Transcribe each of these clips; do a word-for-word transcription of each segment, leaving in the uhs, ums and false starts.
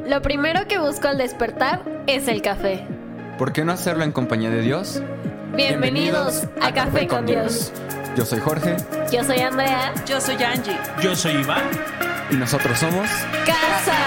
Lo primero que busco al despertar es el café. ¿Por qué no hacerlo en compañía de Dios? Bienvenidos, Bienvenidos a, a Café, Café con Dios. Dios. Yo soy Jorge. Yo soy Andrea. Yo soy Angie. Yo soy Iván. Y nosotros somos... ¡Casa!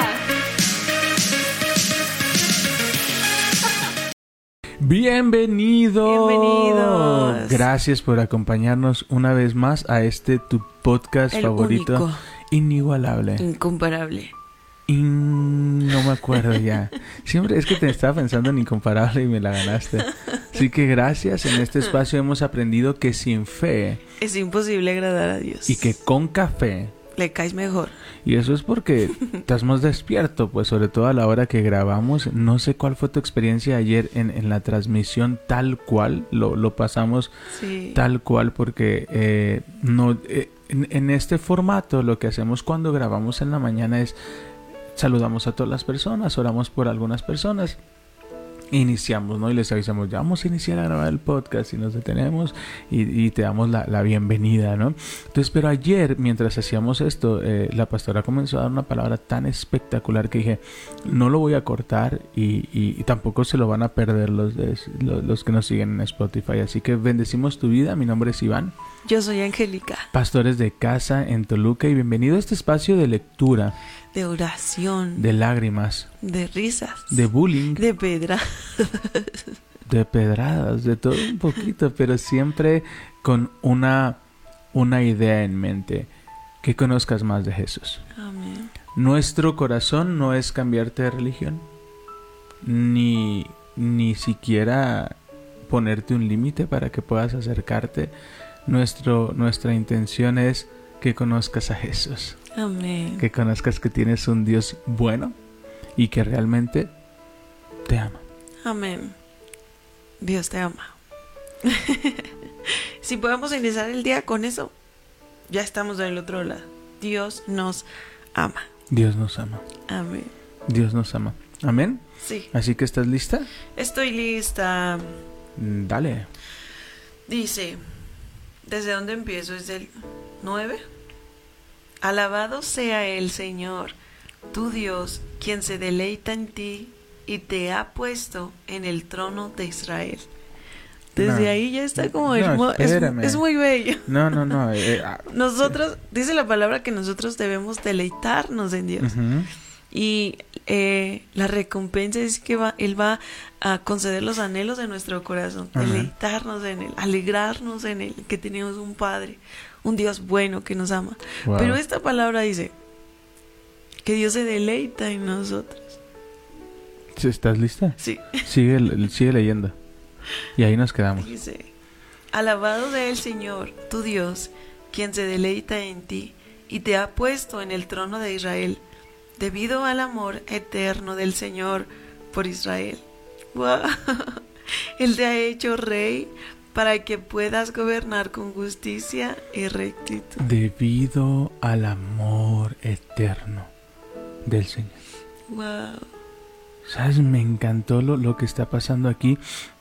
Bienvenidos. Bienvenidos. Gracias por acompañarnos una vez más a este tu podcast El favorito. Único. Inigualable. Incomparable. In... No me acuerdo ya. Siempre es que te estaba pensando en incomparable y me la ganaste. Así que gracias. En este espacio hemos aprendido que sin fe es imposible agradar a Dios. Y que con café le caes mejor. Y eso es porque estás más despierto, pues sobre todo a la hora que grabamos. No sé cuál fue tu experiencia ayer en, en la transmisión tal cual. Lo, lo pasamos sí. tal cual porque eh, no, eh, en, en este formato lo que hacemos cuando grabamos en la mañana es saludamos a todas las personas, oramos por algunas personas. Iniciamos, ¿no? Y les avisamos, ya vamos a iniciar a grabar el podcast y nos detenemos y, y te damos la, la bienvenida, ¿no? Entonces, pero ayer, mientras hacíamos esto, eh, la pastora comenzó a dar una palabra tan espectacular que dije, no lo voy a cortar y, y, y tampoco se lo van a perder los, de, los, los que nos siguen en Spotify. Así que bendecimos tu vida. Mi nombre es Iván. Yo soy Angélica. Pastores de casa en Toluca y bienvenido a este espacio de lectura. De oración. De lágrimas. De risas. De bullying. De pedradas. De pedradas, de todo un poquito, pero siempre con una, una idea en mente. Que conozcas más de Jesús. Amén. Nuestro corazón no es cambiarte de religión. Ni, ni siquiera ponerte un límite para que puedas acercarte. Nuestro, nuestra intención es que conozcas a Jesús. Amén. Que conozcas que tienes un Dios bueno y que realmente te ama. Amén. Dios te ama. Si podemos iniciar el día con eso, ya estamos del otro lado. Dios nos ama. Dios nos ama. Amén. Dios nos ama. Amén. Sí. Así que ¿estás lista? Estoy lista. Dale. Dice, ¿desde dónde empiezo? ¿Es del nueve? Alabado sea el Señor, tu Dios, quien se deleita en ti y te ha puesto en el trono de Israel. Desde no, ahí ya está como no, hermoso. Es, es muy bello. No, no, no. Eh, nosotros, dice la palabra que nosotros debemos deleitarnos en Dios. Uh-huh. Y eh, la recompensa es que va, Él va a conceder los anhelos de nuestro corazón. Uh-huh. Deleitarnos en Él, alegrarnos en Él, que tenemos un Padre, un Dios bueno que nos ama. Wow. Pero esta palabra dice que Dios se deleita en nosotros. ¿Estás lista? Sí. Sigue, sigue leyendo. Y ahí nos quedamos. Dice, alabado sea el Señor, tu Dios, quien se deleita en ti y te ha puesto en el trono de Israel, debido al amor eterno del Señor por Israel. ¡Wow! Él te ha hecho rey para que puedas gobernar con justicia y rectitud. Debido al amor eterno del Señor. ¡Wow! ¿Sabes? Me encantó lo, lo que está pasando aquí.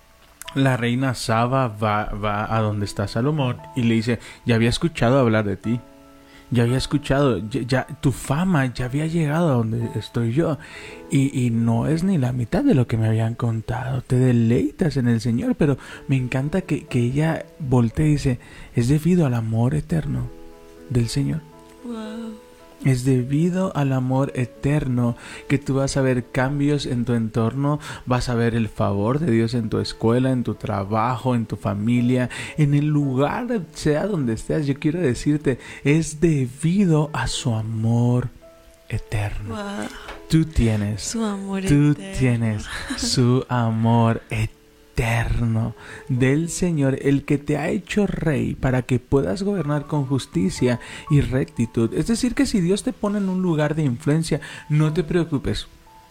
La reina Saba va, va a donde está Salomón y le dice, ya había escuchado hablar de ti. Ya había escuchado, ya, ya tu fama ya había llegado a donde estoy yo. Y, y no es ni la mitad de lo que me habían contado. Te deleitas en el Señor, pero me encanta que, que ella voltee y dice, es debido al amor eterno del Señor. Wow. Es debido al amor eterno que tú vas a ver cambios en tu entorno, vas a ver el favor de Dios en tu escuela, en tu trabajo, en tu familia, en el lugar, sea donde estés. Yo quiero decirte, es debido a su amor eterno. Wow. Tú tienes, su amor tú eterno. tienes su amor eterno. Eterno del Señor, el que te ha hecho rey para que puedas gobernar con justicia y rectitud. Es decir, que si Dios te pone en un lugar de influencia, no te preocupes.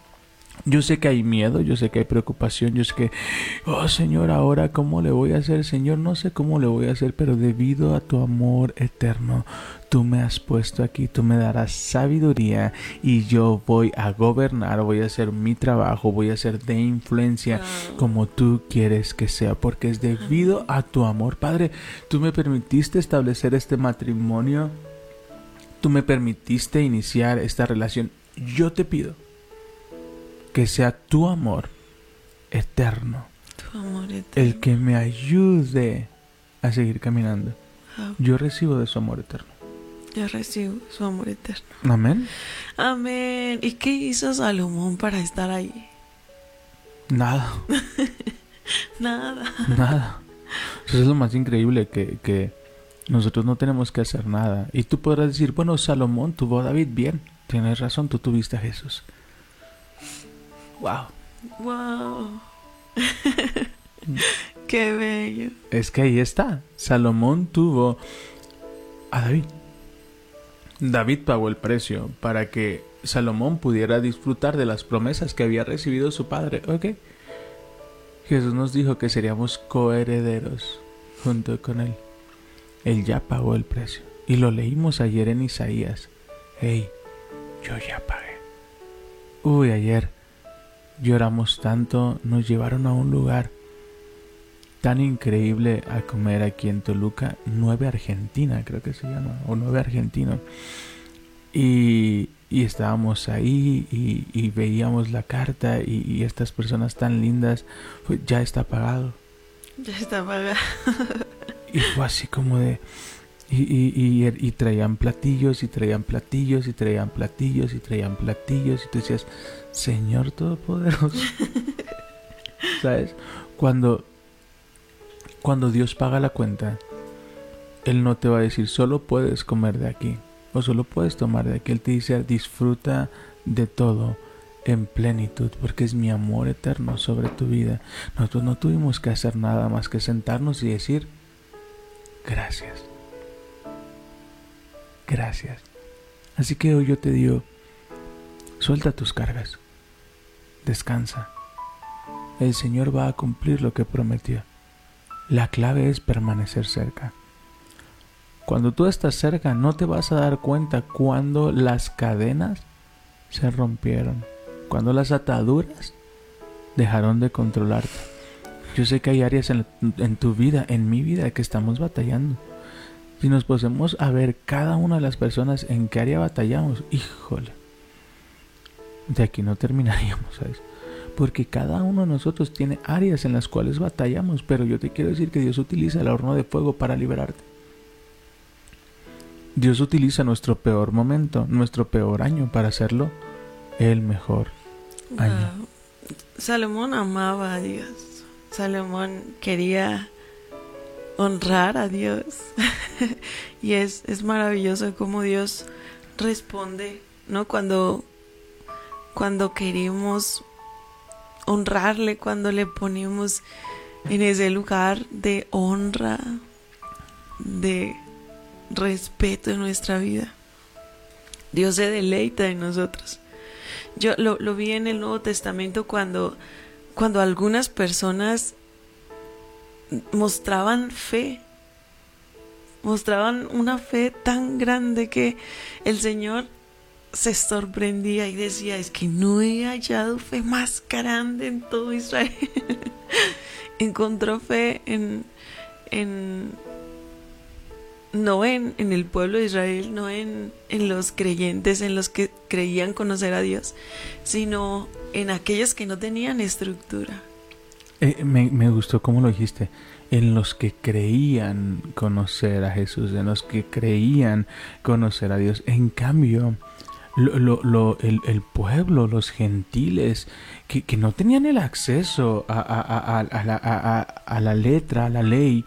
Yo sé que hay miedo, yo sé que hay preocupación, yo sé que, oh Señor, ahora ¿cómo le voy a hacer? Señor, no sé cómo le voy a hacer, pero debido a tu amor eterno, tú me has puesto aquí, tú me darás sabiduría y yo voy a gobernar, voy a hacer mi trabajo, voy a ser de influencia wow. como tú quieres que sea, porque es debido a tu amor. Padre, tú me permitiste establecer este matrimonio, tú me permitiste iniciar esta relación. Yo te pido que sea tu amor eterno, Tu amor eterno. el que me ayude a seguir caminando. Wow. Yo recibo de su amor eterno. Yo recibo su amor eterno. Amén. Amén. ¿Y qué hizo Salomón para estar ahí? Nada, Nada. nada. Eso es lo más increíble, que, que nosotros no tenemos que hacer nada. Y tú podrás decir, bueno, Salomón tuvo a David, bien. Tienes razón, tú tuviste a Jesús. Wow. Wow. Qué bello. Es que ahí está. Salomón tuvo a David. David pagó el precio para que Salomón pudiera disfrutar de las promesas que había recibido su padre. ¿Ok? Jesús nos dijo que seríamos coherederos junto con él. Él ya pagó el precio. Y lo leímos ayer en Isaías. Hey, yo ya pagué. Uy, ayer lloramos tanto. Nos llevaron a un lugar tan increíble a comer aquí en Toluca, Nueve Argentina, creo que se llama, o Nueve Argentino. Y, y estábamos ahí y, y veíamos la carta y, y estas personas tan lindas, pues ya está pagado. Ya está pagado. Y fue así como de... Y, y, y, y traían platillos y traían platillos y traían platillos y traían platillos y tú decías, Señor Todopoderoso. ¿Sabes? Cuando... Cuando Dios paga la cuenta, Él no te va a decir, solo puedes comer de aquí, o solo puedes tomar de aquí. Él te dice, disfruta de todo en plenitud, porque es mi amor eterno sobre tu vida. Nosotros no tuvimos que hacer nada más que sentarnos y decir, gracias. Gracias. Así que hoy yo te digo, suelta tus cargas, descansa. El Señor va a cumplir lo que prometió. La clave es permanecer cerca. Cuando tú estás cerca, no te vas a dar cuenta cuando las cadenas se rompieron, cuando las ataduras dejaron de controlarte. Yo sé que hay áreas en, en tu vida, en mi vida, que estamos batallando. Si nos ponemos a ver cada una de las personas en qué área batallamos, híjole, de aquí no terminaríamos, ¿sabes? Porque cada uno de nosotros tiene áreas en las cuales batallamos, pero yo te quiero decir que Dios utiliza el horno de fuego para liberarte. Dios utiliza nuestro peor momento, nuestro peor año, para hacerlo el mejor año. Wow. Salomón amaba a Dios. Salomón quería honrar a Dios. Y es, es maravilloso cómo Dios responde, ¿no? Cuando, cuando queremos honrarle, cuando le ponemos en ese lugar de honra, de respeto en nuestra vida. Dios se deleita en nosotros. Yo lo, lo vi en el Nuevo Testamento cuando, cuando algunas personas mostraban fe, mostraban una fe tan grande que el Señor se sorprendía y decía, es que no he hallado fe más grande en todo Israel. Encontró fe en, en no en, en el pueblo de Israel, no en, en los creyentes, en los que creían conocer a Dios, sino en aquellos que no tenían estructura. Eh, me, me gustó cómo lo dijiste. En los que creían conocer a Jesús, en los que creían conocer a Dios. En cambio, Lo, lo, lo, el, el pueblo, los gentiles, que, que no tenían el acceso a, a, a, a, la, a, a la letra, a la ley,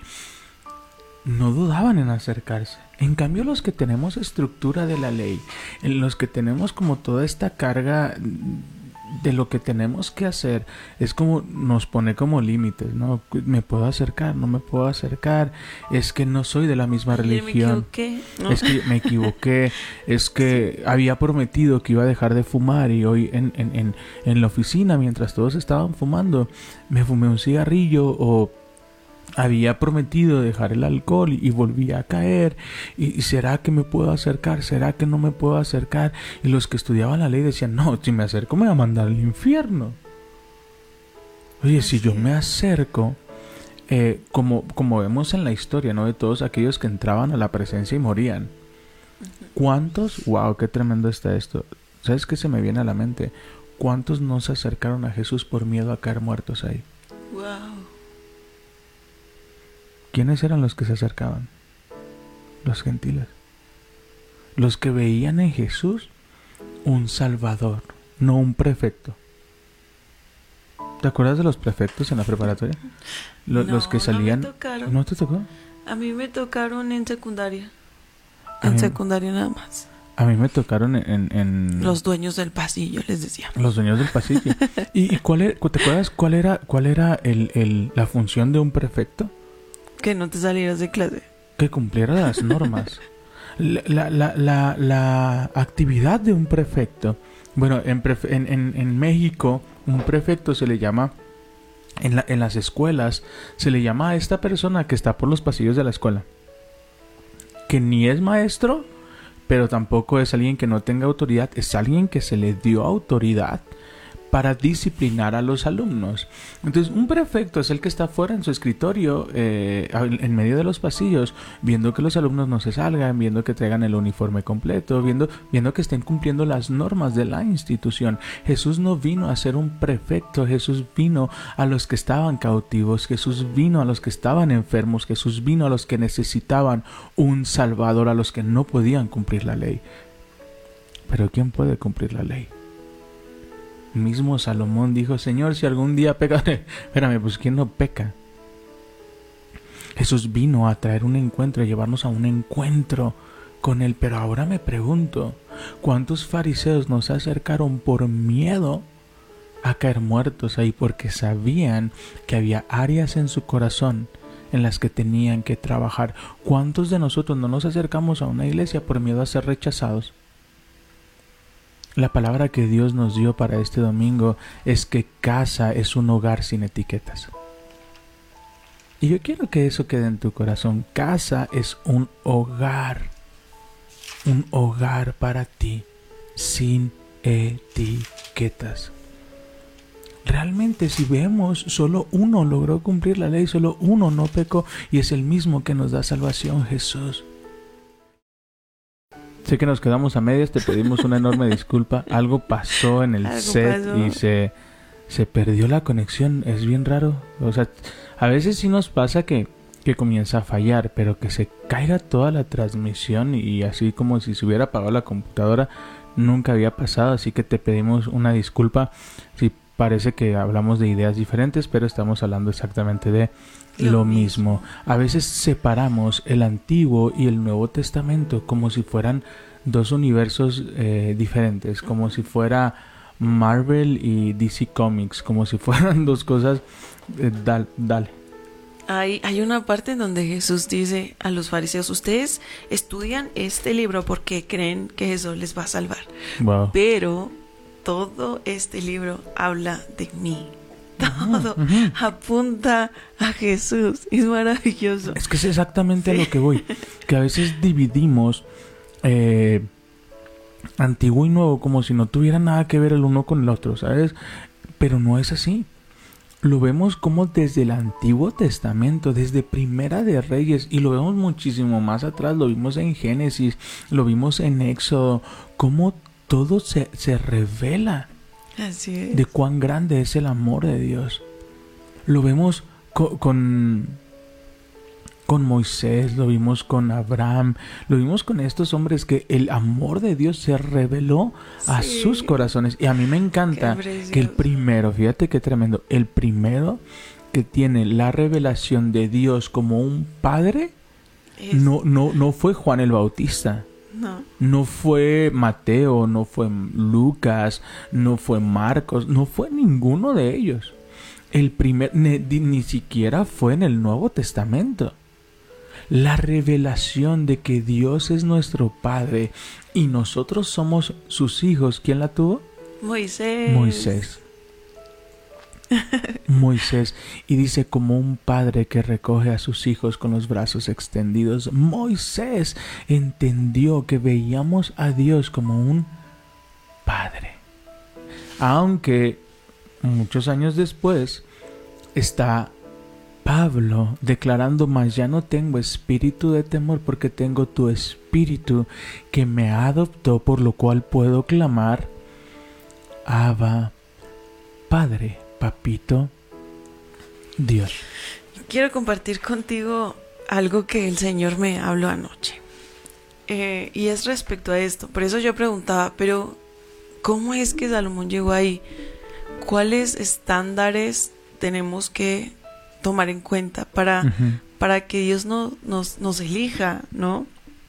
no dudaban en acercarse. En cambio, los que tenemos estructura de la ley, en los que tenemos como toda esta carga de lo que tenemos que hacer, es como nos pone como límites, ¿no? Me puedo acercar, no me puedo acercar, es que no soy de la misma religión, Me equivoqué, ¿no? es que me equivoqué, es que sí. Había prometido que iba a dejar de fumar y hoy en, en, en, en la oficina, mientras todos estaban fumando, me fumé un cigarrillo, o había prometido dejar el alcohol y volví a caer. ¿Y, y será que me puedo acercar? ¿Será que no me puedo acercar? Y los que estudiaban la ley decían, no, si me acerco me va a mandar al infierno. Oye, Así si yo es. me acerco, eh, como, como vemos en la historia, ¿no? De todos aquellos que entraban a la presencia y morían. Uh-huh. ¿Cuántos? Wow, qué tremendo está esto. ¿Sabes qué se me viene a la mente? ¿cuántos no se acercaron a Jesús por miedo a caer muertos ahí? Wow. ¿Quiénes eran los que se acercaban? Los gentiles. Los que veían en Jesús un salvador, no un prefecto. ¿Te acuerdas de los prefectos en la preparatoria? Lo- No, los que salían... no me tocaron. ¿No te tocó? A mí me tocaron en secundaria. A En mí- secundaria nada más. A mí me tocaron en... en Los dueños del pasillo, les decía. los dueños del pasillo. ¿Y, y cuál era, te acuerdas cuál era, cuál era el, el, la función de un prefecto? Que no te salieras de clase. Que cumpliera las normas. La, la, la, la, la actividad de un prefecto, bueno, en, prefe- en, en, en México, un prefecto se le llama, en, la, en las escuelas, se le llama a esta persona que está por los pasillos de la escuela, que ni es maestro, pero tampoco es alguien que no tenga autoridad, es alguien que se le dio autoridad para disciplinar a los alumnos. Entonces, un prefecto es el que está fuera en su escritorio, eh, en medio de los pasillos, viendo que los alumnos no se salgan, viendo que traigan el uniforme completo, viendo, viendo que estén cumpliendo las normas de la institución. Jesús no vino a ser un prefecto, Jesús vino a los que estaban cautivos, Jesús vino a los que estaban enfermos, Jesús vino a los que necesitaban un salvador, a los que no podían cumplir la ley. Pero ¿quién puede cumplir la ley? Mismo Salomón dijo, Señor, si algún día pecaré, espérame, pues ¿quién no peca? Jesús vino a traer un encuentro, a llevarnos a un encuentro con Él. Pero ahora me pregunto, ¿cuántos fariseos nos acercaron por miedo a caer muertos ahí? Porque sabían que había áreas en su corazón en las que tenían que trabajar. ¿Cuántos de nosotros no nos acercamos a una iglesia por miedo a ser rechazados? La palabra que Dios nos dio para este domingo es que casa es un hogar sin etiquetas. Y yo quiero que eso quede en tu corazón. Casa es un hogar. Un hogar para ti sin etiquetas. Realmente, si vemos, solo uno logró cumplir la ley, solo uno no pecó, y es el mismo que nos da salvación, Jesús. Sé que nos quedamos a medias, te pedimos una enorme disculpa. Algo pasó en el Algo set pasó. y se, se perdió la conexión. Es bien raro. O sea, a veces sí nos pasa que, que comienza a fallar, pero que se caiga toda la transmisión y así como si se hubiera apagado la computadora, nunca había pasado. Así que te pedimos una disculpa si parece que hablamos de ideas diferentes, pero estamos hablando exactamente de lo, Lo mismo. mismo. A veces separamos el Antiguo y el Nuevo Testamento como si fueran dos universos eh, diferentes, como si fuera Marvel y D C Comics, como si fueran dos cosas. Eh, dale, dale. Hay, hay una parte en donde Jesús dice a los fariseos, ustedes estudian este libro porque creen que eso les va a salvar. Wow. Pero todo este libro habla de mí. Todo Ujú. apunta a Jesús. Es maravilloso. Es que es exactamente a lo que voy. Que a veces dividimos eh, Antiguo y Nuevo como si no tuviera nada que ver el uno con el otro, ¿sabes? Pero no es así. Lo vemos como desde el Antiguo Testamento, desde Primera de Reyes, y lo vemos muchísimo más atrás. Lo vimos en Génesis, lo vimos en Éxodo, cómo todo se, se revela Así es. de cuán grande es el amor de Dios. Lo vemos co- con, con Moisés, lo vimos con Abraham, lo vimos con estos hombres que el amor de Dios se reveló a Sí. sus corazones. Y a mí me encanta Qué precioso. que el primero, fíjate qué tremendo, el primero que tiene la revelación de Dios como un padre, Es- no, no, no fue Juan el Bautista. no. No fue Mateo, no fue Lucas, no fue Marcos, no fue ninguno de ellos. El primer, ni, ni siquiera fue en el Nuevo Testamento. La revelación de que Dios es nuestro Padre y nosotros somos sus hijos, ¿quién la tuvo? Moisés. Moisés. Moisés. Y dice, como un padre que recoge a sus hijos con los brazos extendidos, Moisés entendió que veíamos a Dios como un padre. Aunque muchos años después está Pablo declarando, mas ya no tengo espíritu de temor porque tengo tu espíritu que me adoptó, por lo cual puedo clamar Abba, Padre, Papito, Dios. Quiero compartir contigo algo que el Señor me habló anoche. Eh, y es respecto a esto. Por eso yo preguntaba, pero ¿cómo es que Salomón llegó ahí? ¿Cuáles estándares tenemos que tomar en cuenta para, uh-huh. para que Dios no, nos, nos elija, ¿no?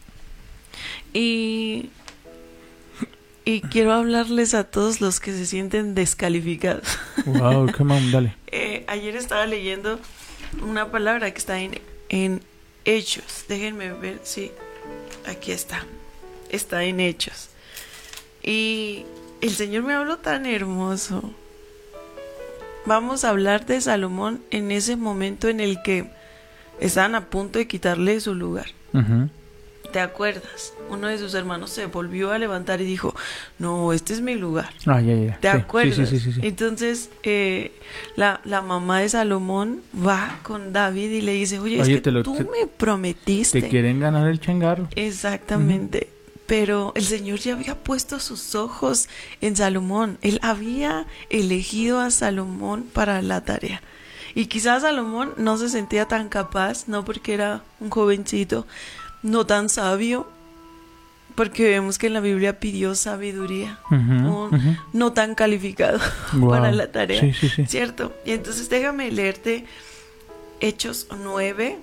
Y, y quiero hablarles a todos los que se sienten descalificados. Wow, come on, dale. eh, ayer estaba leyendo una palabra que está en, en Hechos. Déjenme ver, sí, aquí está. Está en Hechos. Y el Señor me habló tan hermoso. Vamos a hablar de Salomón en ese momento en el que estaban a punto de quitarle su lugar. Uh-huh. ¿Te acuerdas? Uno de sus hermanos se volvió a levantar y dijo, no, este es mi lugar. Ah, ya, ya. ¿Te sí, acuerdas? Sí, sí, sí, sí. Entonces, eh, la, la mamá de Salomón va con David y le dice, oye, oye es que lo, tú te, me prometiste. Te quieren ganar el changarro. Exactamente. Uh-huh. Pero el Señor ya había puesto sus ojos en Salomón. Él había elegido a Salomón para la tarea. Y quizás Salomón no se sentía tan capaz, no porque era un jovencito, no tan sabio, porque vemos que en la Biblia pidió sabiduría, uh-huh, un, uh-huh. no tan calificado wow. para la tarea, sí, sí, sí. ¿cierto? Y entonces déjame leerte Hechos nueve,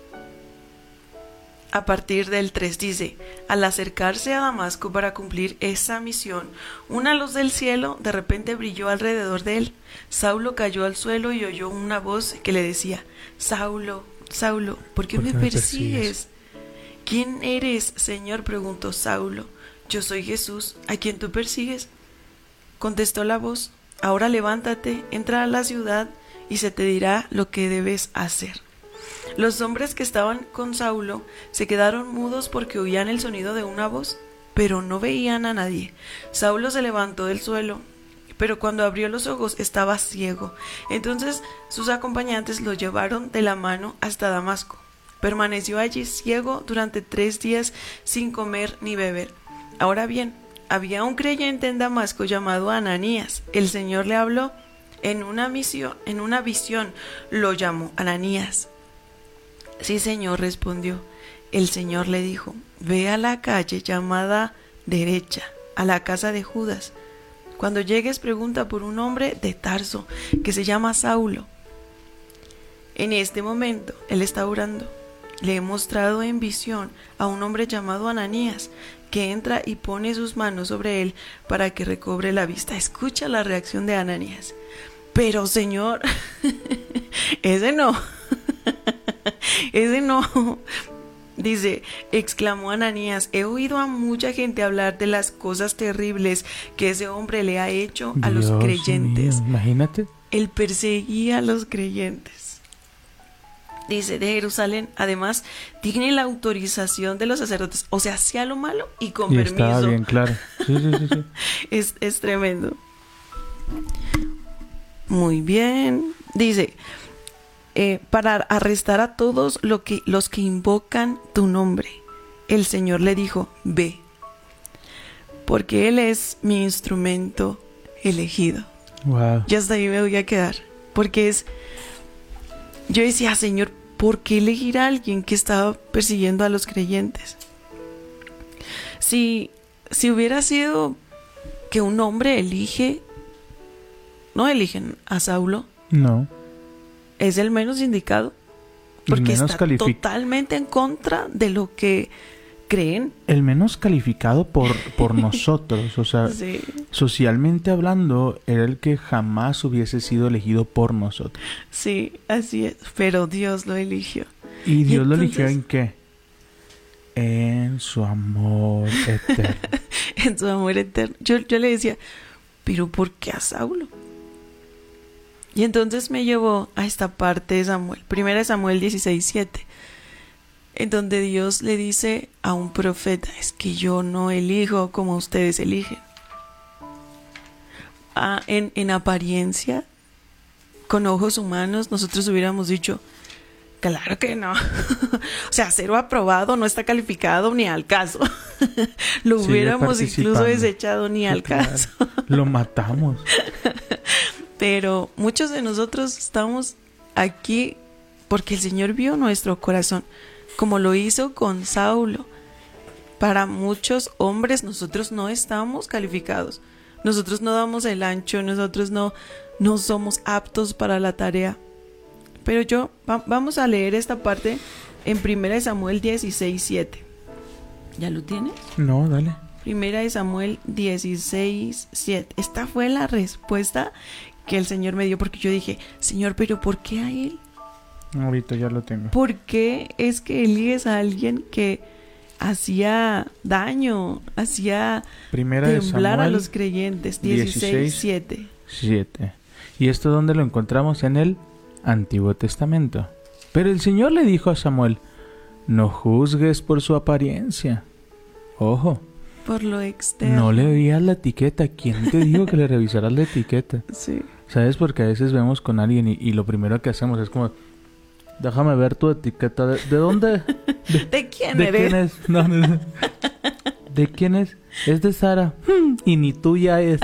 a partir del tres, dice, al acercarse a Damasco para cumplir esa misión, una luz del cielo de repente brilló alrededor de él. Saulo cayó al suelo y oyó una voz que le decía, Saulo, Saulo, ¿por qué, ¿Por qué me, me persigues? persigues? ¿Quién eres, Señor?, preguntó Saulo. Yo soy Jesús, ¿a quien tú persigues? Contestó la voz, ahora levántate, entra a la ciudad y se te dirá lo que debes hacer. Los hombres que estaban con Saulo se quedaron mudos porque oían el sonido de una voz, pero no veían a nadie. Saulo se levantó del suelo, pero cuando abrió los ojos estaba ciego. Entonces sus acompañantes lo llevaron de la mano hasta Damasco. Permaneció allí ciego durante tres días sin comer ni beber. Ahora bien, había un creyente en Damasco llamado Ananías. El Señor le habló en una misión, en una visión, lo llamó Ananías. Sí, Señor, respondió. El Señor le dijo, ve a la calle llamada Derecha, a la casa de Judas. Cuando llegues, pregunta por un hombre de Tarso que se llama Saulo. En este momento, él está orando. Le he mostrado en visión a un hombre llamado Ananías, que entra y pone sus manos sobre él para que recobre la vista. Escucha la reacción de Ananías. Pero, Señor, ese no. Ese no, dice, exclamó Ananías, he oído a mucha gente hablar de las cosas terribles que ese hombre le ha hecho a Dios los creyentes. Mío, imagínate. Él perseguía a los creyentes. Dice, de Jerusalén, además, tiene la autorización de los sacerdotes, o sea, hacía lo malo y con y permiso. Estaba bien, claro. Sí, sí, sí, sí. es, es tremendo. Muy bien. Dice, Eh, para arrestar a todos lo que, los que invocan tu nombre. El Señor le dijo, ve, porque Él es mi instrumento elegido. Wow. Ya hasta ahí me voy a quedar, porque es, yo decía, Señor, ¿por qué elegir a alguien que estaba persiguiendo a los creyentes? Si, si hubiera sido que un hombre elige, no eligen a Saulo. No. Es el menos indicado, porque menos está calific- totalmente en contra de lo que creen. El menos calificado por, por nosotros, o sea, Sí. socialmente hablando, era el que jamás hubiese sido elegido por nosotros. Sí, así es, pero Dios lo eligió. ¿Y Dios Y lo entonces- eligió en qué? En su amor eterno. En su amor eterno. Yo, yo le decía, ¿pero por qué a Saulo? Y entonces me llevó a esta parte de Samuel, primera de Samuel dieciséis siete, en donde Dios le dice a un profeta, es que yo no elijo como ustedes eligen. Ah, en, en apariencia, con ojos humanos, nosotros hubiéramos dicho, Claro que no. O sea, cero aprobado, no está calificado ni al caso. Lo Sigue hubiéramos incluso participando. desechado ni al Claro, caso. Lo matamos. Pero muchos de nosotros estamos aquí porque el Señor vio nuestro corazón, como lo hizo con Saulo. Para muchos hombres nosotros no estamos calificados. Nosotros no damos el ancho, nosotros no, no somos aptos para la tarea. Pero yo, va, vamos a leer esta parte en Primera de Samuel dieciséis, siete. ¿Ya lo tienes? No, dale. Primera de Samuel dieciséis, siete. Esta fue la respuesta que el Señor me dio, porque yo dije, Señor, ¿pero por qué a él? Ahorita ya lo tengo. ¿Por qué es que eliges a alguien que hacía daño, hacía Primera de temblar a Samuel los creyentes? dieciséis, siete. siete. ¿Y esto dónde lo encontramos? En el Antiguo Testamento. Pero el Señor le dijo a Samuel, no juzgues por su apariencia. Ojo, Por lo externo. no le veías la etiqueta. ¿Quién te dijo que le revisaras la etiqueta? Sí. ¿Sabes? Porque a veces vemos con alguien y, y lo primero que hacemos es como, déjame ver tu etiqueta. ¿De, de dónde? ¿De, ¿De quién ¿de eres? quién es? No, no, no. ¿De quién es? Es de Sara. Hmm, y ni tuya es.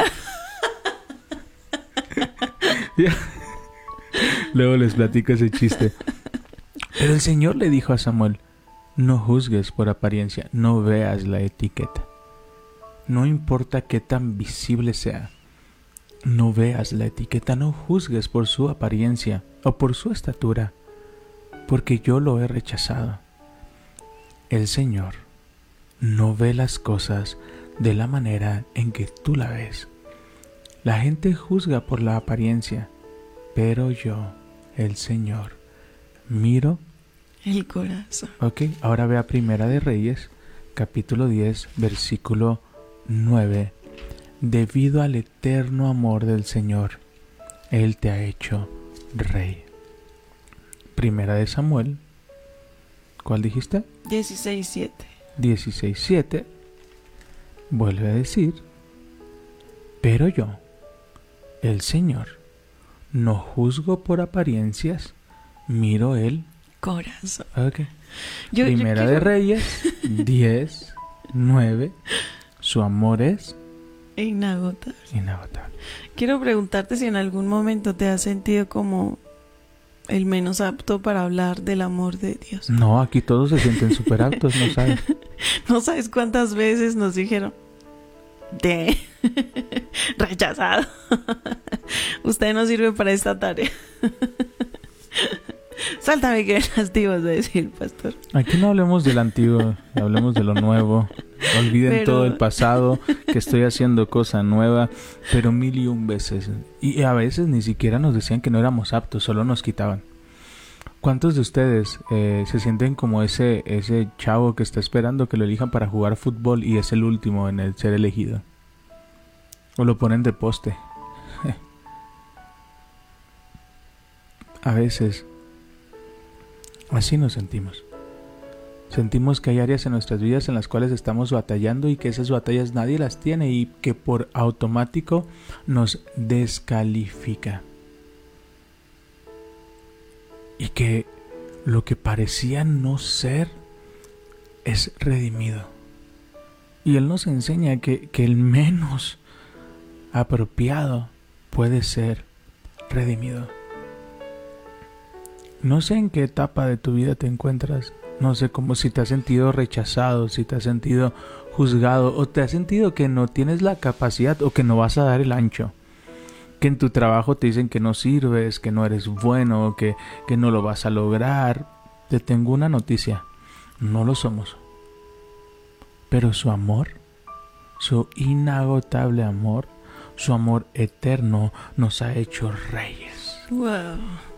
Ya. Luego les platico ese chiste. Pero el Señor le dijo a Samuel, no juzgues por apariencia, no veas la etiqueta. No importa qué tan visible sea, no veas la etiqueta, no juzgues por su apariencia o por su estatura, porque yo lo he rechazado. El Señor no ve las cosas de la manera en que tú la ves. La gente juzga por la apariencia, pero yo, el Señor, miro. El corazón. Ok, ahora ve a Primera de Reyes, capítulo diez, versículo nueve. Debido al eterno amor del Señor, Él te ha hecho rey. Primera de Samuel, ¿cuál dijiste? dieciséis, siete. dieciséis, siete. Vuelve a decir, pero yo, el Señor, no juzgo por apariencias, miro el Corazón. Ok. Yo- yo Primera quiero- de Reyes, diez, nueve. Su amor es Inagotable. inagotable. Quiero preguntarte si en algún momento te has sentido como el menos apto para hablar del amor de Dios. No, aquí todos se sienten súper aptos, no sabes. No sabes cuántas veces nos dijeron de rechazado. Usted no sirve para esta tarea. Sáltame que eras te ibas a decir, pastor. Aquí no hablemos del antiguo, hablemos de lo nuevo. Olviden Pero- todo el pasado, que estoy haciendo cosa nueva, pero mil y un veces. Y a veces ni siquiera nos decían que no éramos aptos, solo nos quitaban. ¿Cuántos de ustedes eh, se sienten como ese, ese chavo que está esperando que lo elijan para jugar fútbol y es el último en el ser elegido? O lo ponen de poste. A veces así nos sentimos. Sentimos que hay áreas en nuestras vidas en las cuales estamos batallando y que esas batallas nadie las tiene y que por automático nos descalifica. Y que lo que parecía no ser es redimido. Y Él nos enseña que, que el menos apropiado puede ser redimido. No sé en qué etapa de tu vida te encuentras. No sé cómo, si te has sentido rechazado, si te has sentido juzgado o te has sentido que no tienes la capacidad o que no vas a dar el ancho. Que en tu trabajo te dicen que no sirves, que no eres bueno, que, que no lo vas a lograr. Te tengo una noticia. No lo somos. Pero su amor, su inagotable amor, su amor eterno nos ha hecho reyes. Wow.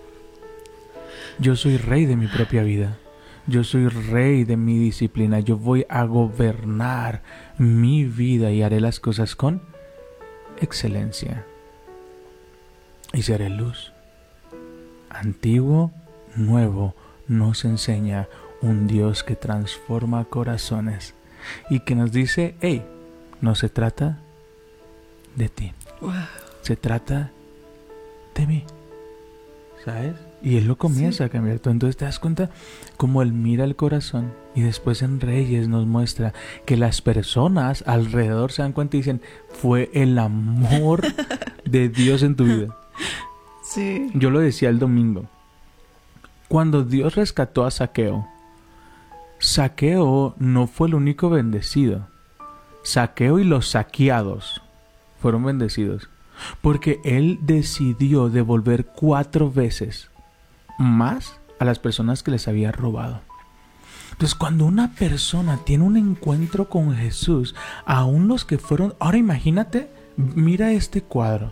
Yo soy rey de mi propia vida. Yo soy rey de mi disciplina. Yo voy a gobernar mi vida y haré las cosas con excelencia. Y seré luz. Antiguo, nuevo, nos enseña un Dios que transforma corazones y que nos dice, hey, no se trata de ti. Wow. Se trata de mí. ¿sabes? Y Él lo comienza sí. a cambiar todo. Entonces te das cuenta cómo Él mira el corazón. Y después en Reyes nos muestra que las personas alrededor se dan cuenta y dicen, fue el amor de Dios en tu vida. Sí. Yo lo decía el domingo. Cuando Dios rescató a Zaqueo, Zaqueo no fue el único bendecido. Zaqueo y los saqueados fueron bendecidos. Porque Él decidió devolver cuatro veces más a las personas que les había robado. Entonces, cuando una persona tiene un encuentro con Jesús, aún los que fueron... Ahora imagínate, mira este cuadro.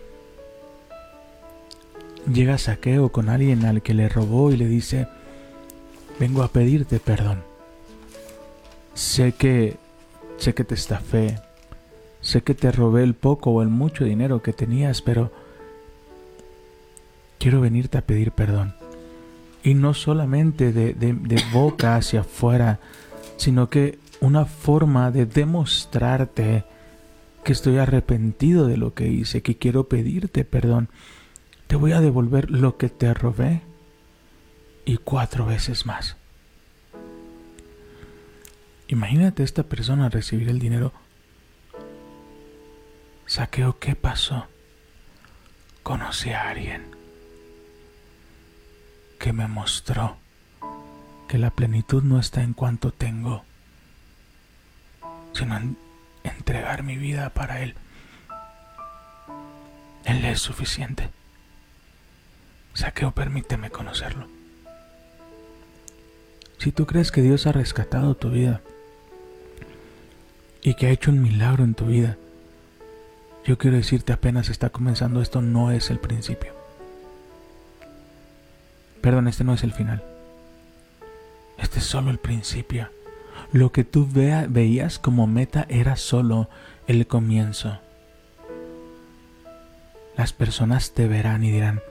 Llega Zaqueo con alguien al que le robó y le dice, vengo a pedirte perdón. Sé que, sé que te estafé. Sé que te robé el poco o el mucho dinero que tenías, pero quiero venirte a pedir perdón. Y no solamente de, de, de boca hacia afuera, sino que una forma de demostrarte que estoy arrepentido de lo que hice, que quiero pedirte perdón. Te voy a devolver lo que te robé y cuatro veces más. Imagínate a esta persona recibir el dinero. Zaqueo, ¿qué pasó? Conocí a alguien que me mostró que la plenitud no está en cuanto tengo, sino en entregar mi vida para Él. Él es suficiente. Zaqueo, permíteme conocerlo. Si tú crees que Dios ha rescatado tu vida y que ha hecho un milagro en tu vida, yo quiero decirte, apenas está comenzando, esto no es el principio. Perdón, este no es el final. Este es solo el principio. Lo que tú vea, veías como meta era solo el comienzo. Las personas te verán y dirán,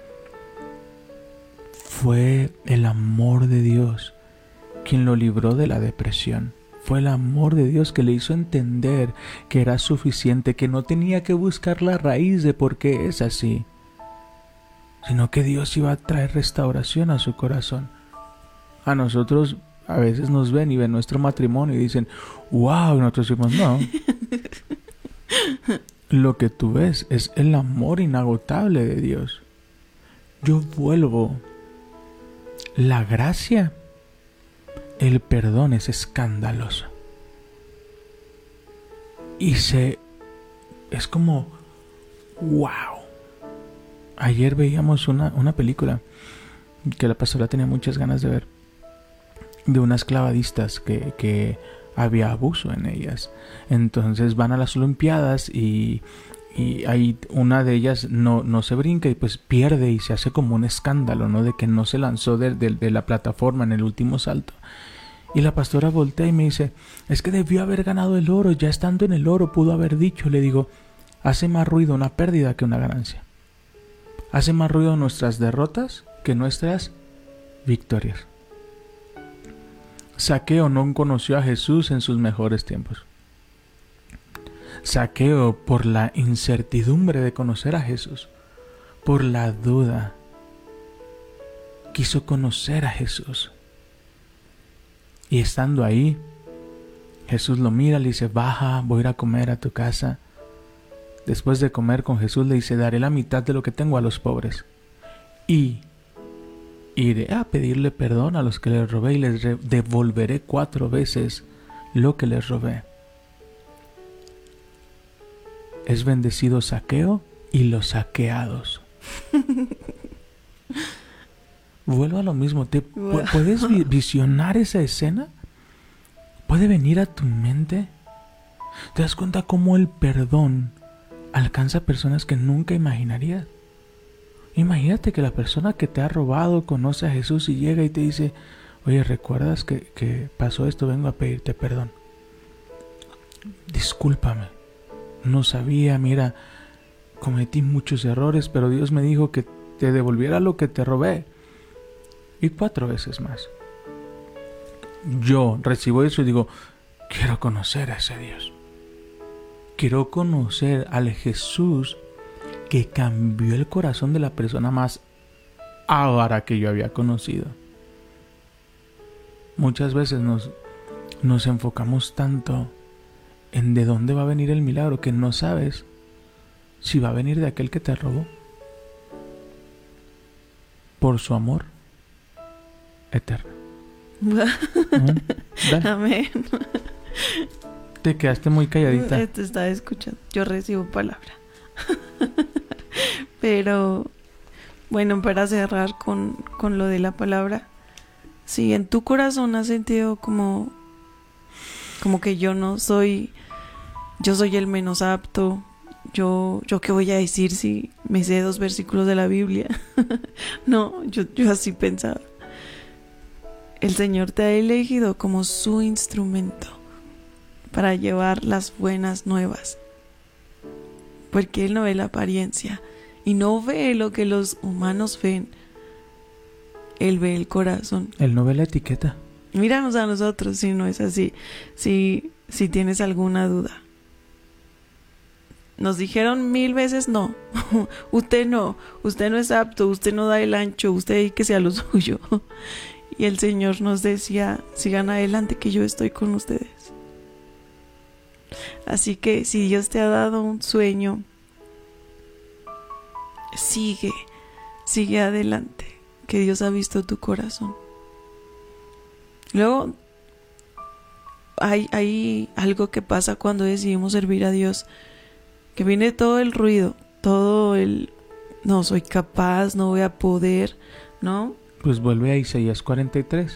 fue el amor de Dios quien lo libró de la depresión. Fue el amor de Dios que le hizo entender que era suficiente, que no tenía que buscar la raíz de por qué es así, sino que Dios iba a traer restauración a su corazón. A nosotros a veces nos ven y ven nuestro matrimonio y dicen, wow, y nosotros decimos, no. Lo que tú ves es el amor inagotable de Dios. Yo vuelvo. La gracia, el perdón es escandaloso. Y se... es como... wow. Ayer veíamos una, una película que la pastora tenía muchas ganas de ver, de unas clavadistas que, que había abuso en ellas. Entonces van a las Olimpiadas y, y ahí una de ellas no, no se brinca y pues pierde y se hace como un escándalo, ¿no? De que no se lanzó de, de, de la plataforma en el último salto. Y la pastora voltea y me dice, es que debió haber ganado el oro, ya estando en el oro pudo haber dicho. Le digo, hace más ruido una pérdida que una ganancia. Hace más ruido nuestras derrotas que nuestras victorias. Zaqueo no conoció a Jesús en sus mejores tiempos. Zaqueo, por la incertidumbre de conocer a Jesús, por la duda, quiso conocer a Jesús. Y estando ahí, Jesús lo mira, le dice, baja, voy a ir a comer a tu casa. Después de comer con Jesús le dice, daré la mitad de lo que tengo a los pobres. Y iré a pedirle perdón a los que les robé y les devolveré cuatro veces lo que les robé. Es bendecido Zaqueo y los saqueados. Vuelvo a lo mismo. ¿Te wow. ¿Puedes visionar esa escena? ¿Puede venir a tu mente? ¿Te das cuenta cómo el perdón alcanza a personas que nunca imaginarías? Imagínate que la persona que te ha robado conoce a Jesús y llega y te dice, oye, ¿recuerdas que, que pasó esto? Vengo a pedirte perdón. Discúlpame. No sabía, mira, cometí muchos errores, pero Dios me dijo que te devolviera lo que te robé. Y cuatro veces más. Yo recibo eso y digo, quiero conocer a ese Dios. Quiero conocer al Jesús que cambió el corazón de la persona más ahora que yo había conocido. Muchas veces nos, nos enfocamos tanto en de dónde va a venir el milagro que no sabes si va a venir de aquel que te robó por su amor eterno. ¿Mm? Amén. Te quedaste muy calladita. Te estaba escuchando. Yo recibo palabra. Pero bueno, para cerrar con, con lo de la palabra, si en tu corazón has sentido como como que yo no soy, yo soy el menos apto, yo yo qué voy a decir si me sé dos versículos de la Biblia. No, yo yo así pensaba. El Señor te ha elegido como su instrumento para llevar las buenas nuevas, porque Él no ve la apariencia y no ve lo que los humanos ven. Él ve el corazón. Él no ve la etiqueta. Míranos a nosotros si no es así, si, si tienes alguna duda. Nos dijeron mil veces no, usted no, usted no es apto, usted no da el ancho, usted que sea lo suyo. Y el Señor nos decía, sigan adelante que yo estoy con ustedes. Así que si Dios te ha dado un sueño, sigue, sigue adelante, que Dios ha visto tu corazón. Luego, hay, hay algo que pasa cuando decidimos servir a Dios, que viene todo el ruido, todo el, no soy capaz, no voy a poder, ¿no? Pues vuelve a Isaías cuarenta y tres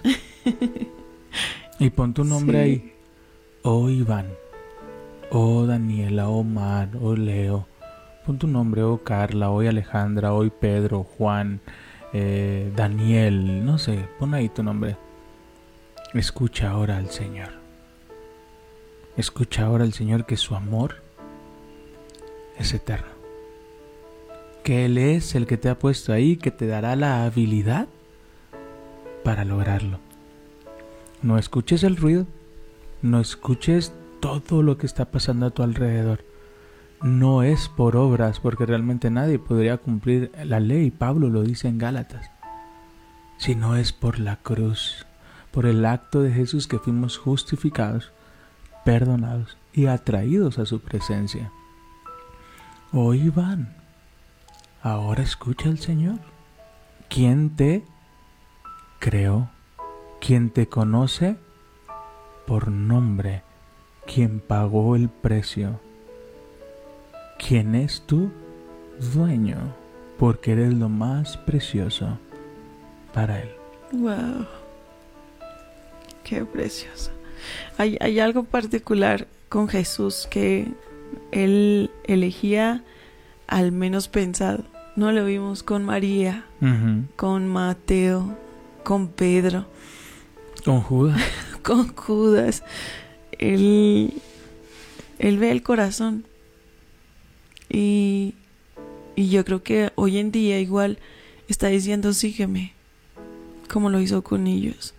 y pon tu nombre sí. Ahí. Oh Iván, oh Daniela, oh Mar, oh Leo. Pon tu nombre, oh Carla, oh Alejandra, oh Pedro, Juan, eh, Daniel, no sé, pon ahí tu nombre. Escucha ahora al Señor. Escucha ahora al Señor que su amor es eterno. Que Él es el que te ha puesto ahí, que te dará la habilidad para lograrlo. No escuches el ruido, no escuches todo lo que está pasando a tu alrededor. No es por obras, porque realmente nadie podría cumplir la ley, Pablo lo dice en Gálatas, sino es por la cruz, por el acto de Jesús que fuimos justificados, perdonados y atraídos a su presencia. Oh Iván, ahora escucha al Señor, quien te creó, quien te conoce por nombre, quien pagó el precio, quien es tu dueño, porque eres lo más precioso para Él. Wow, qué precioso. Hay, hay algo particular con Jesús, que Él elegía al menos pensado. No lo vimos con María, uh-huh. con Mateo, con Pedro, con Judas. con Judas. Él, él ve el corazón. Y, y yo creo que hoy en día igual está diciendo sígueme, como lo hizo con ellos.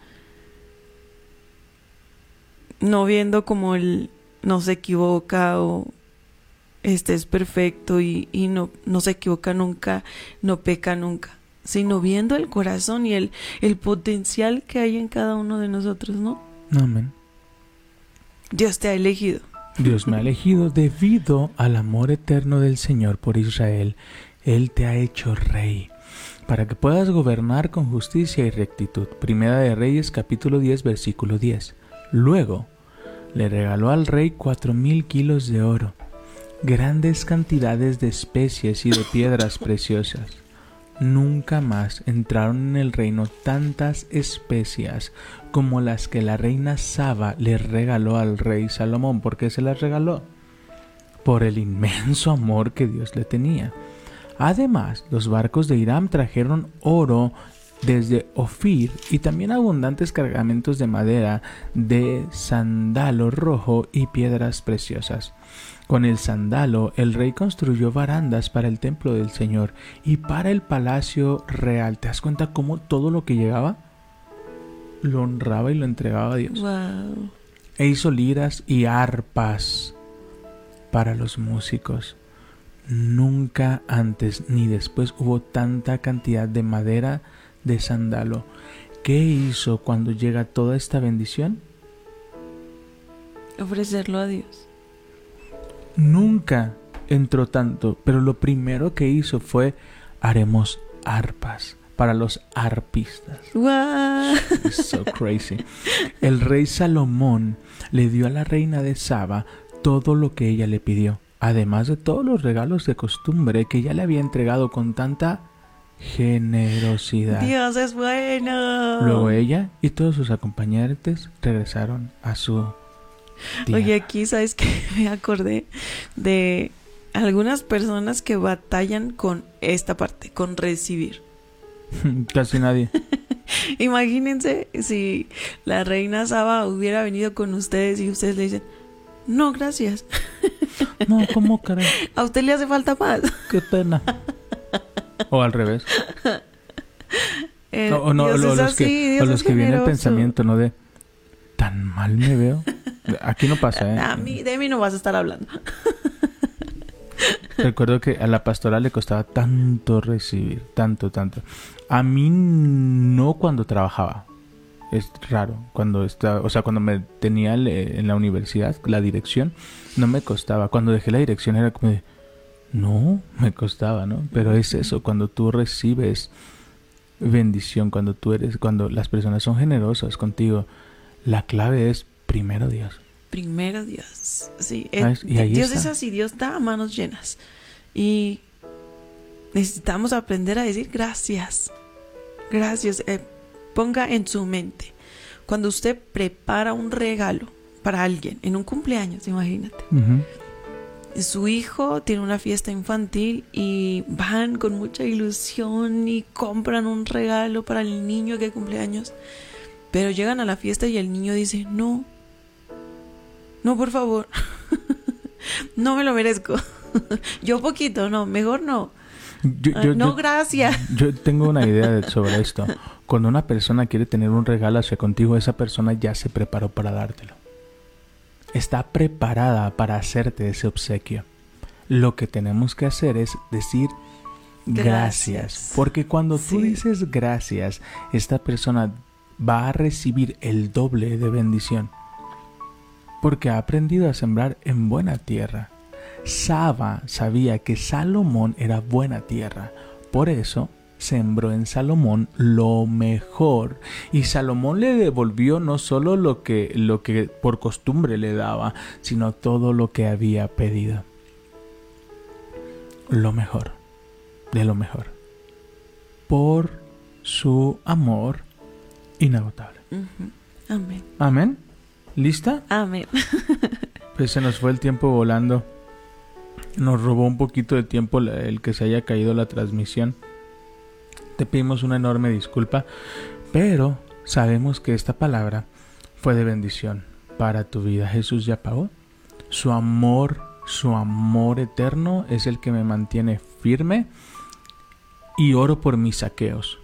No viendo como Él no se equivoca o este es perfecto y, y no, no se equivoca nunca, no peca nunca, sino viendo el corazón y el, el potencial que hay en cada uno de nosotros, ¿no? Amén. Dios te ha elegido. Dios me ha elegido debido al amor eterno del Señor por Israel. Él te ha hecho rey para que puedas gobernar con justicia y rectitud. Primera de Reyes capítulo diez versículo diez. Luego le regaló al rey cuatro mil kilos de oro, grandes cantidades de especies y de piedras preciosas. Nunca más entraron en el reino tantas especias como las que la reina Saba le regaló al rey Salomón. ¿Por qué se las regaló? Por el inmenso amor que Dios le tenía. Además, los barcos de Hiram trajeron oro desde Ofir y también abundantes cargamentos de madera, de sandalo rojo y piedras preciosas. Con el sandalo, el rey construyó barandas para el templo del Señor y para el palacio real. ¿Te das cuenta cómo todo lo que llegaba lo honraba y lo entregaba a Dios? Wow. E hizo liras y arpas para los músicos. nunca antes ni después hubo tanta cantidad de madera de sándalo. ¿Qué hizo cuando llega toda esta bendición? Ofrecerlo a Dios. Nunca entró tanto, pero lo primero que hizo fue: haremos arpas para los arpistas. Wow. It's so crazy. El rey Salomón le dio a la reina de Saba todo lo que ella le pidió, además de todos los regalos de costumbre que ella le había entregado con tanta generosidad. Dios es bueno. Luego ella y todos sus acompañantes regresaron a su tierra. Oye, aquí sabes que me acordé de algunas personas que batallan con esta parte, con recibir. Casi nadie. Imagínense si la reina Saba hubiera venido con ustedes y ustedes le dicen: no, gracias. No, ¿cómo caray? A usted le hace falta más. Qué pena. O al revés. Eh, No, o no, Dios o es los así, que, Dios o los es que viene el generoso. pensamiento, ¿no? De tan mal me veo. Aquí no pasa, ¿eh? A mí, de mí no vas a estar hablando. Recuerdo que a la pastora le costaba tanto recibir, tanto, tanto. A mí no cuando trabajaba. Es raro. Cuando estaba, o sea, cuando me tenía en la universidad, la dirección, no me costaba. Cuando dejé la dirección era como de, no, me costaba, ¿no? Pero es eso, cuando tú recibes bendición, cuando tú eres, cuando las personas son generosas contigo, la clave es primero Dios. Primero Dios. Sí, Ah, eh, y ahí Dios está. es así, Dios da a manos llenas. Y necesitamos aprender a decir gracias. Gracias. Eh, ponga en su mente, cuando usted prepara un regalo para alguien en un cumpleaños, imagínate. Uh-huh. Su hijo tiene una fiesta infantil y van con mucha ilusión y compran un regalo para el niño que cumple años. Pero llegan a la fiesta y el niño dice: no, no, por favor, no me lo merezco. Yo poquito, no, mejor no. Yo, Ah, yo- no, yo- gracias. Yo tengo una idea de- sobre esto. Cuando una persona quiere tener un regalo hacia contigo, esa persona ya se preparó para dártelo. Está preparada para hacerte ese obsequio. Lo que tenemos que hacer es decir gracias. Gracias. Porque cuando tú Sí. dices gracias, esta persona va a recibir el doble de bendición. Porque ha aprendido a sembrar en buena tierra. Saba sabía que Salomón era buena tierra. Por eso sembró en Salomón lo mejor. Y Salomón le devolvió no solo lo que, lo que por costumbre le daba, sino todo lo que había pedido. Lo mejor, de lo mejor. Por su amor inagotable. Ujú. Amén. Amén. ¿Lista? Amén. Pues se nos fue el tiempo volando. Nos robó un poquito de tiempo la- el que se haya caído la transmisión. Te pedimos una enorme disculpa, pero sabemos que esta palabra fue de bendición para tu vida. Jesús ya pagó. Su amor, su amor eterno es el que me mantiene firme, y oro por mis saqueos.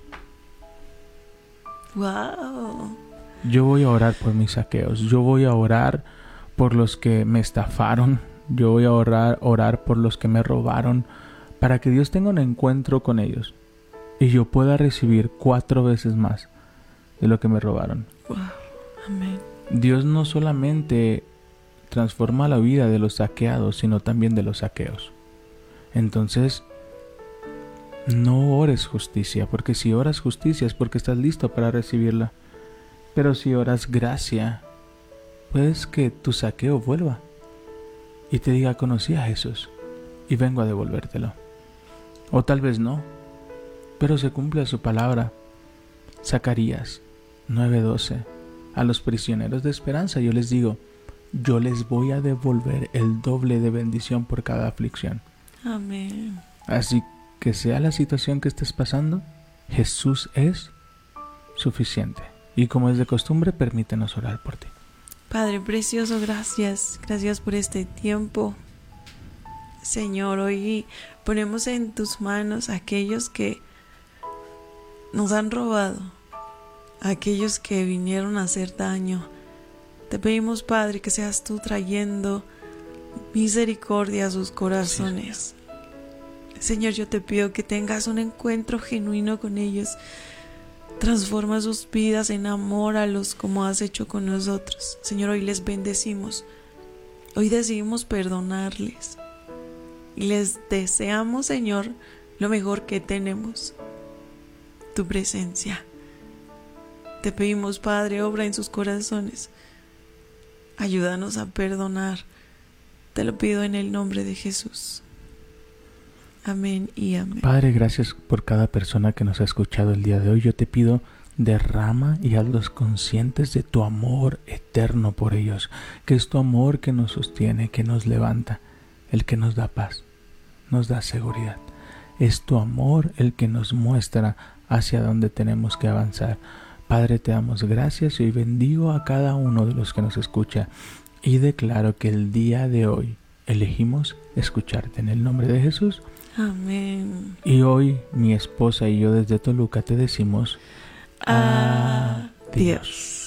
Wow. Yo voy a orar por mis saqueos. Yo voy a orar por los que me estafaron. Yo voy a orar, orar por los que me robaron, para que Dios tenga un encuentro con ellos y yo pueda recibir cuatro veces más de lo que me robaron. Wow. Amén. Dios no solamente transforma la vida de los saqueados, sino también de los saqueos. Entonces, no ores justicia, porque si oras justicia es porque estás listo para recibirla. Pero si oras gracia, puedes que tu saqueo vuelva y te diga: conocí a Jesús y vengo a devolvértelo. O tal vez no, pero se cumple su palabra. Zacarías nueve doce. A los prisioneros de esperanza yo les digo: yo les voy a devolver el doble de bendición por cada aflicción. Amén. Así que sea la situación que estés pasando, Jesús es suficiente. Y como es de costumbre, permítenos orar por ti. Padre precioso, gracias. Gracias por este tiempo. Señor, hoy ponemos en tus manos a aquellos que nos han robado, a aquellos que vinieron a hacer daño. Te pedimos, Padre, que seas tú trayendo misericordia a sus corazones. Señor, yo te pido que tengas un encuentro genuino con ellos. Transforma sus vidas, enamóralos como has hecho con nosotros. Señor, hoy les bendecimos. Hoy decidimos perdonarles. Y les deseamos, Señor, lo mejor que tenemos. Tu presencia. Te pedimos, Padre, obra en sus corazones. Ayúdanos a perdonar. Te lo pido en el nombre de Jesús. Amén y amén. Padre, gracias por cada persona que nos ha escuchado el día de hoy. Yo te pido, derrama y hazlos conscientes de tu amor eterno por ellos, que es tu amor que nos sostiene, que nos levanta, el que nos da paz, nos da seguridad. Es tu amor el que nos muestra hacia dónde tenemos que avanzar. Padre, te damos gracias y bendigo a cada uno de los que nos escucha y declaro que el día de hoy elegimos escucharte en el nombre de Jesús. Amén. Y hoy mi esposa y yo desde Toluca te decimos adiós.